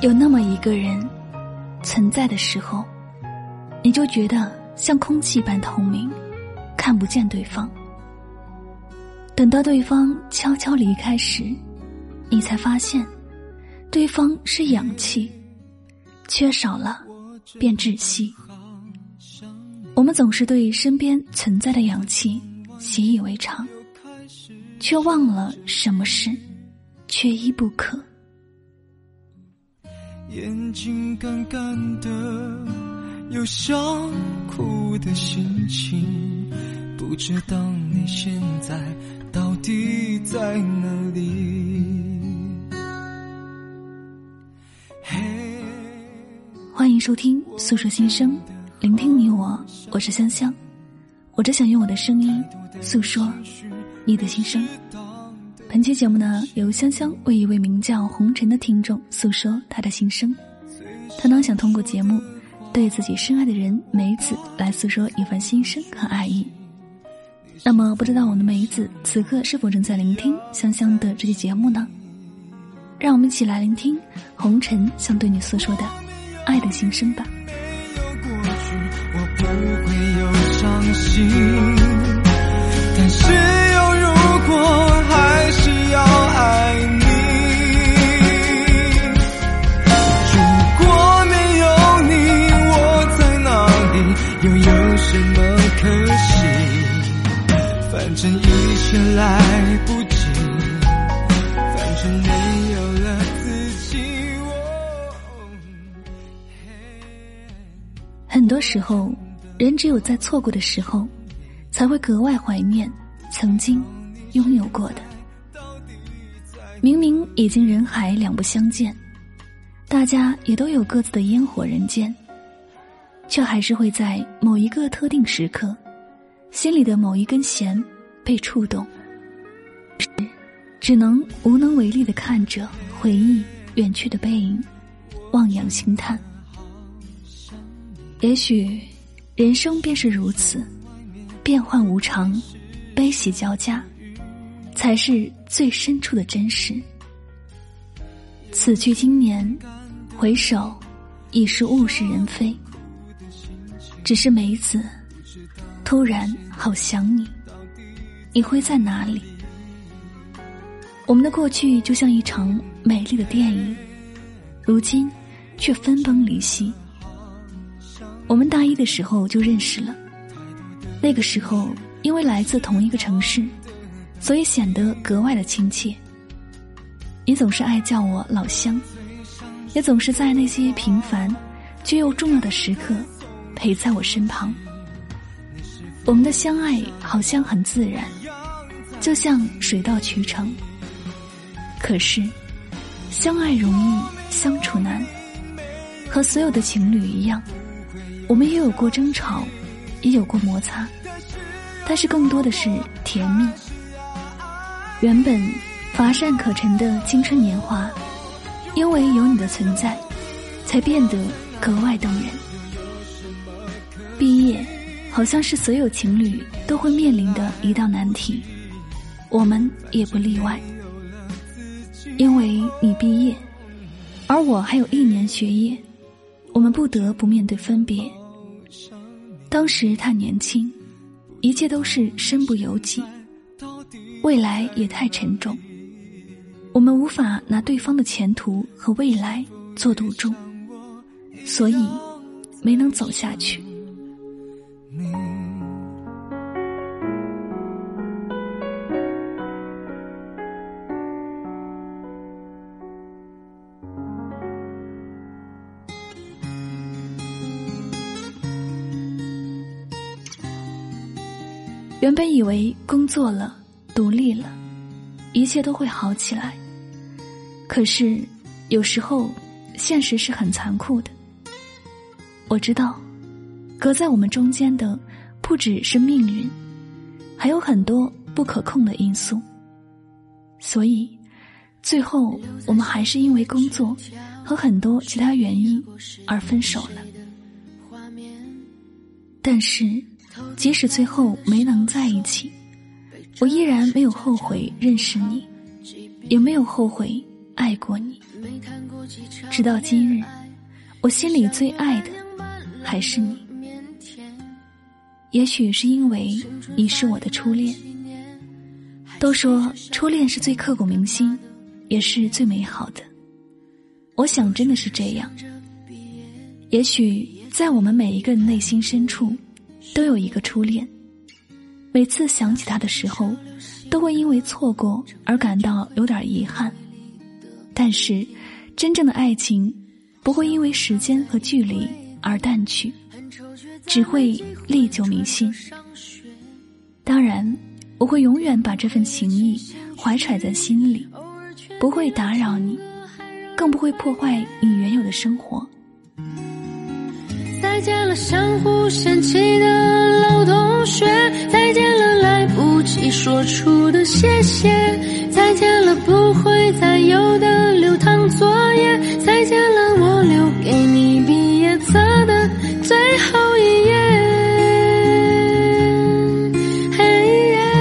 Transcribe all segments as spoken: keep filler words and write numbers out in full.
有那么一个人存在的时候，你就觉得像空气般透明，看不见对方。等到对方悄悄离开时，你才发现对方是氧气，缺少了便窒息。我们总是对身边存在的氧气习以为常，却忘了什么事缺一不可。 眼睛干干的，有想哭的心情，不知道你现在到底在哪里。 欢迎收听诉说心声，聆听你我，我是香香。我只想用我的声音诉说你的心声。本期节目呢，由香香为一位名叫红尘的听众诉说他的心声。他呢想通过节目对自己深爱的人梅子来诉说一番心声和爱意。那么不知道我们的梅子此刻是否正在聆听香香的这期节目呢？让我们一起来聆听红尘想对你诉说的爱的心声吧。 没有过去，我不会有伤心，但是有如果还是要爱你。如果没有你，我在哪里，又有什么可惜？反正一切来不及，反正没有了自己。 很多时候，人只有在错过的时候，才会格外怀念曾经拥有过的。明明已经人海两不相见，大家也都有各自的烟火人间，却还是会在某一个特定时刻，心里的某一根弦被触动，只能无能为力地看着回忆远去的背影，望洋兴叹。也许人生便是如此，变幻无常，悲喜交加，才是最深处的真实。此去经年，回首已是物是人非。只是梅子突然好想你，你会在哪里？我们的过去就像一场美丽的电影，如今却分崩离析。我们大一的时候就认识了，那个时候因为来自同一个城市，所以显得格外的亲切。你总是爱叫我老乡，也总是在那些平凡却又重要的时刻陪在我身旁。我们的相爱好像很自然，就像水到渠成。可是相爱容易相处难，和所有的情侣一样，我们也有过争吵，也有过摩擦，但是更多的是甜蜜。原本乏善可陈的青春年华，因为有你的存在，才变得格外动人。毕业好像是所有情侣都会面临的一道难题，我们也不例外。因为你毕业，而我还有一年学业，我们不得不面对分别。当时太年轻，一切都是身不由己，未来也太沉重，我们无法拿对方的前途和未来做赌注，所以没能走下去。原本以为工作了，独立了，一切都会好起来。可是有时候现实是很残酷的。我知道隔在我们中间的不只是命运，还有很多不可控的因素。所以最后我们还是因为工作和很多其他原因而分手了。但是即使最后没能在一起，我依然没有后悔认识你，也没有后悔爱过你。直到今日，我心里最爱的还是你。也许是因为你是我的初恋，都说初恋是最刻骨铭心，也是最美好的。我想真的是这样。也许在我们每一个人内心深处都有一个初恋，每次想起他的时候都会因为错过而感到有点遗憾。但是真正的爱情不会因为时间和距离而淡去，只会历久弥新。当然我会永远把这份情谊怀揣在心里，不会打扰你，更不会破坏你原有的生活。 再见了相互嫌弃的老同学，再见了来不及说出的谢谢，再见了不会再有的流淌作业，再见了我留给你毕业册的最后一页。嘿耶，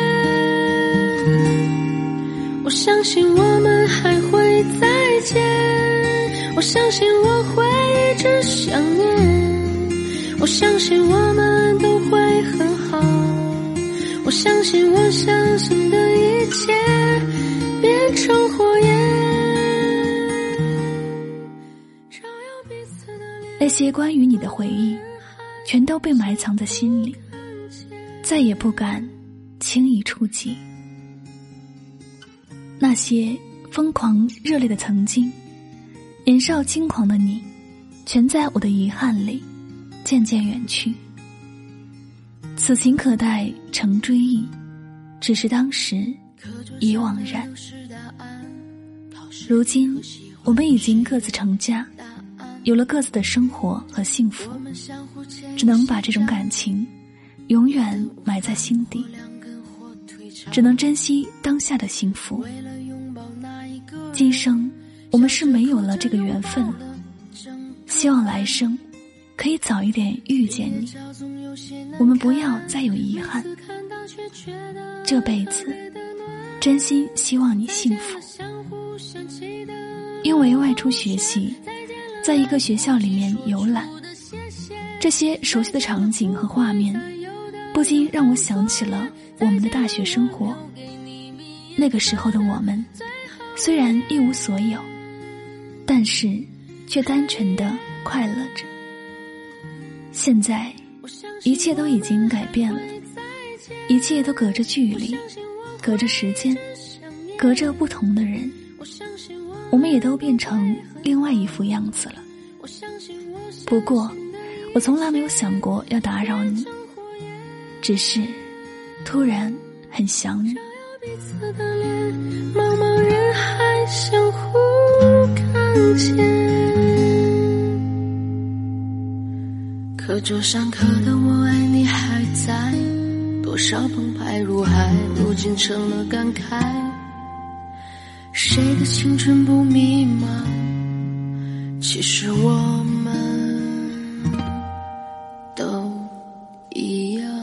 我相信我们还会再见，我相信我会一直想念，我相信我们都会很好，我相信我相信的一切变成火焰。 那些关于你的回忆全都被埋藏在心里，再也不敢轻易触及。那些疯狂热烈的曾经，年少轻狂的你，全在我的遗憾里渐渐远去。此情可待成追忆，只是当时已惘然。如今我们已经各自成家，有了各自的生活和幸福，只能把这种感情永远埋在心底，只能珍惜当下的幸福。今生我们是没有了这个缘分了，希望来生可以早一点遇见你，我们不要再有遗憾。这辈子真心希望你幸福。因为外出学习，在一个学校里面游览，这些熟悉的场景和画面不禁让我想起了我们的大学生活。那个时候的我们虽然一无所有，但是却单纯地快乐着。现在一切都已经改变了，一切都隔着距离，隔着时间，隔着不同的人，我们也都变成另外一副样子了。不过我从来没有想过要打扰你，只是突然很想你。 彼此的脸，茫茫人海相互看见，课桌上刻的我爱你还在，多少澎湃如海，如今成了感慨。谁的青春不迷茫？其实我们都一样。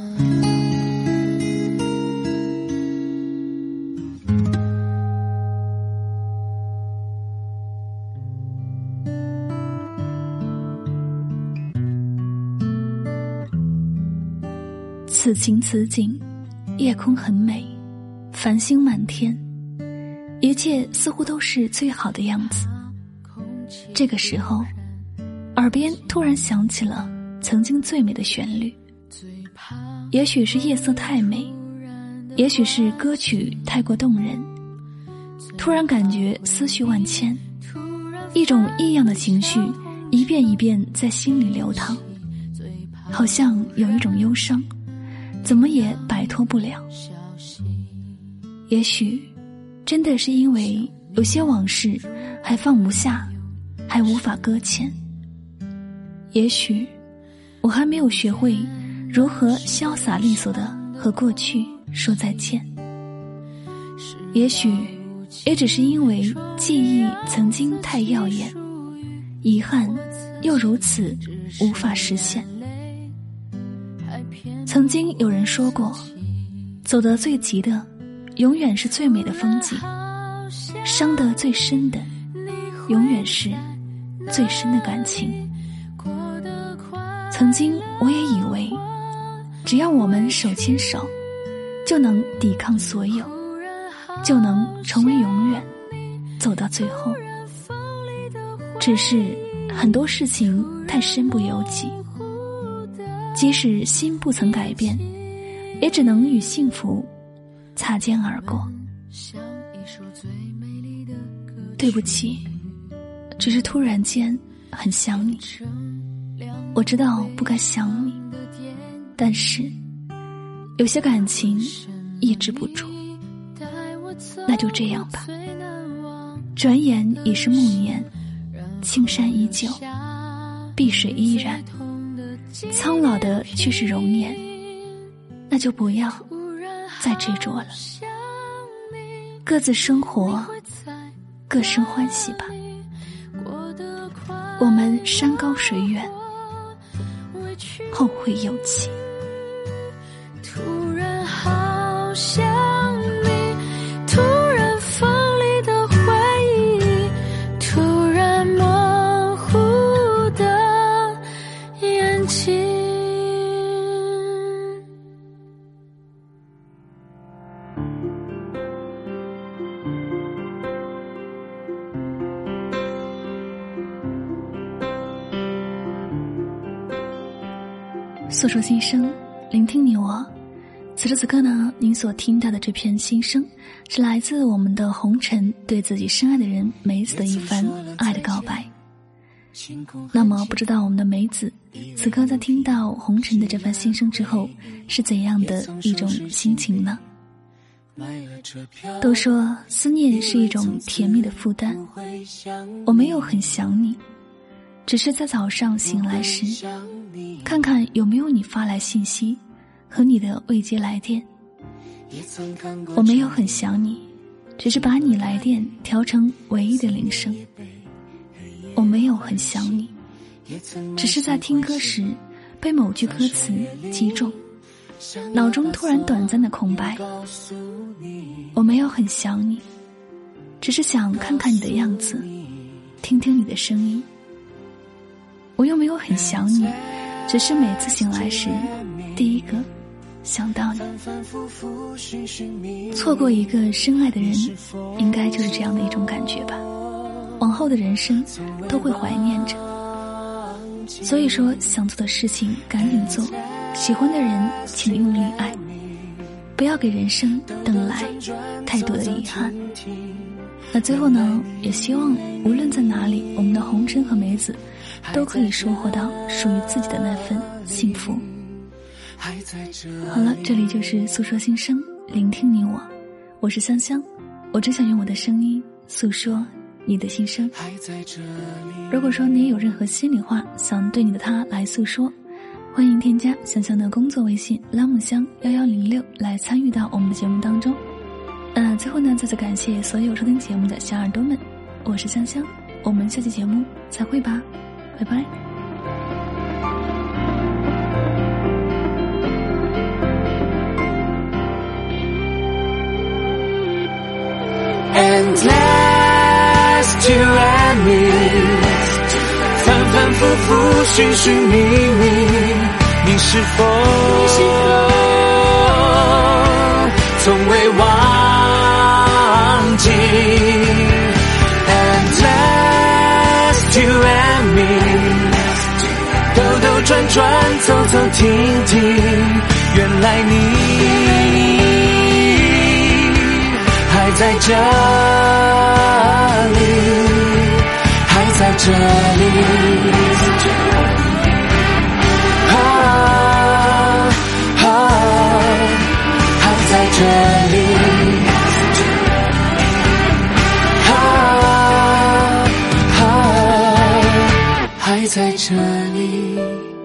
此情此景，夜空很美，繁星满天，一切似乎都是最好的样子。这个时候，耳边突然响起了曾经最美的旋律，也许是夜色太美，也许是歌曲太过动人，突然感觉思绪万千，一种异样的情绪一遍一遍在心里流淌，好像有一种忧伤怎么也摆脱不了。也许真的是因为有些往事还放不下，还无法搁浅。也许我还没有学会如何潇洒利索地和过去说再见。也许也只是因为记忆曾经太耀眼，遗憾又如此无法实现。曾经有人说过，走得最急的永远是最美的风景， 伤得最深的永远是最深的感情。曾经我也以为只要我们手牵手就能抵抗所有，就能成为永远，走到最后。只是很多事情太身不由己，即使心不曾改变，也只能与幸福擦肩而过。对不起，只是突然间很想你。我知道不该想你，但是有些感情抑制不住，那就这样吧。转眼已是暮年，青山依旧，碧水依然，苍老的却是容颜，那就不要再执着了，各自生活，各生欢喜吧。我们山高水远，后会有期。 突然好想你，突然锋利的回忆，突然模糊的眼睛。 诉说心声，聆听你我。此时此刻呢，您所听到的这片心声是来自我们的红尘对自己深爱的人梅子的一番爱的告白。那么不知道我们的梅子此刻在听到红尘的这番心声之后是怎样的一种心情呢？都说思念是一种甜蜜的负担，我没有很想你，只是在早上醒来时看看有没有你发来信息和你的未接来电。我没有很想你，只是把你来电调成唯一的铃声。我没有很想你，只是在听歌时被某句歌词击中，脑中突然短暂的空白。我没有很想你，只是想看看你的样子，听听你的声音。我又没有很想你，只是每次醒来时第一个想到你。错过一个深爱的人，应该就是这样的一种感觉吧。往后的人生都会怀念着，所以说想做的事情赶紧做，喜欢的人请用力爱，不要给人生等来太多的遗憾。那最后呢，也希望无论在哪里，我们的红尘和梅子都可以收获到属于自己的那份幸福。好了，这里就是诉说心声，聆听你我，我是香香，我只想用我的声音诉说你的心声。如果说你也有任何心里话想对你的他来诉说，欢迎添加香香的工作微信拉姆香一一零六来参与到我们的节目当中。那最后呢，再次感谢所有收听节目的小耳朵们，我是香香，我们下期节目再会吧，拜拜。 Endless you and me， 反反复复寻寻觅觅，你是否从未忘记 Endless you and me， 兜兜转转走走停停，原来你还在这里，还在这里，啊啊，还在这里，啊啊，还在这里。